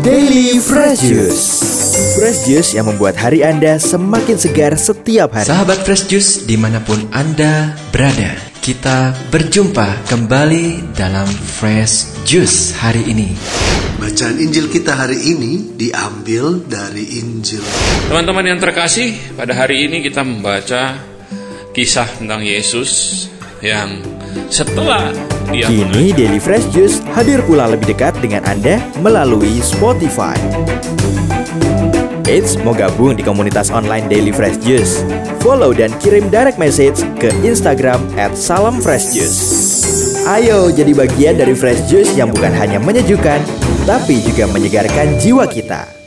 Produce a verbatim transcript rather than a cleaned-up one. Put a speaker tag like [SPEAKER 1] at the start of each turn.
[SPEAKER 1] Daily Fresh Juice. Fresh Juice yang membuat hari Anda semakin segar setiap hari.
[SPEAKER 2] Sahabat Fresh Juice dimanapun Anda berada, kita berjumpa kembali dalam Fresh Juice hari ini.
[SPEAKER 3] Bacaan Injil kita hari ini diambil dari Injil.
[SPEAKER 4] Teman-teman yang terkasih, pada hari ini kita membaca kisah tentang Yesus yang setelah dia
[SPEAKER 1] Kini Daily Fresh Juice hadir pula lebih dekat dengan Anda melalui Spotify. Eits, mau gabung di komunitas online Daily Fresh Juice? Follow dan kirim direct message ke Instagram at salam fresh juice. Ayo jadi bagian dari Fresh Juice yang bukan hanya menyejukkan, tapi juga menyegarkan jiwa kita.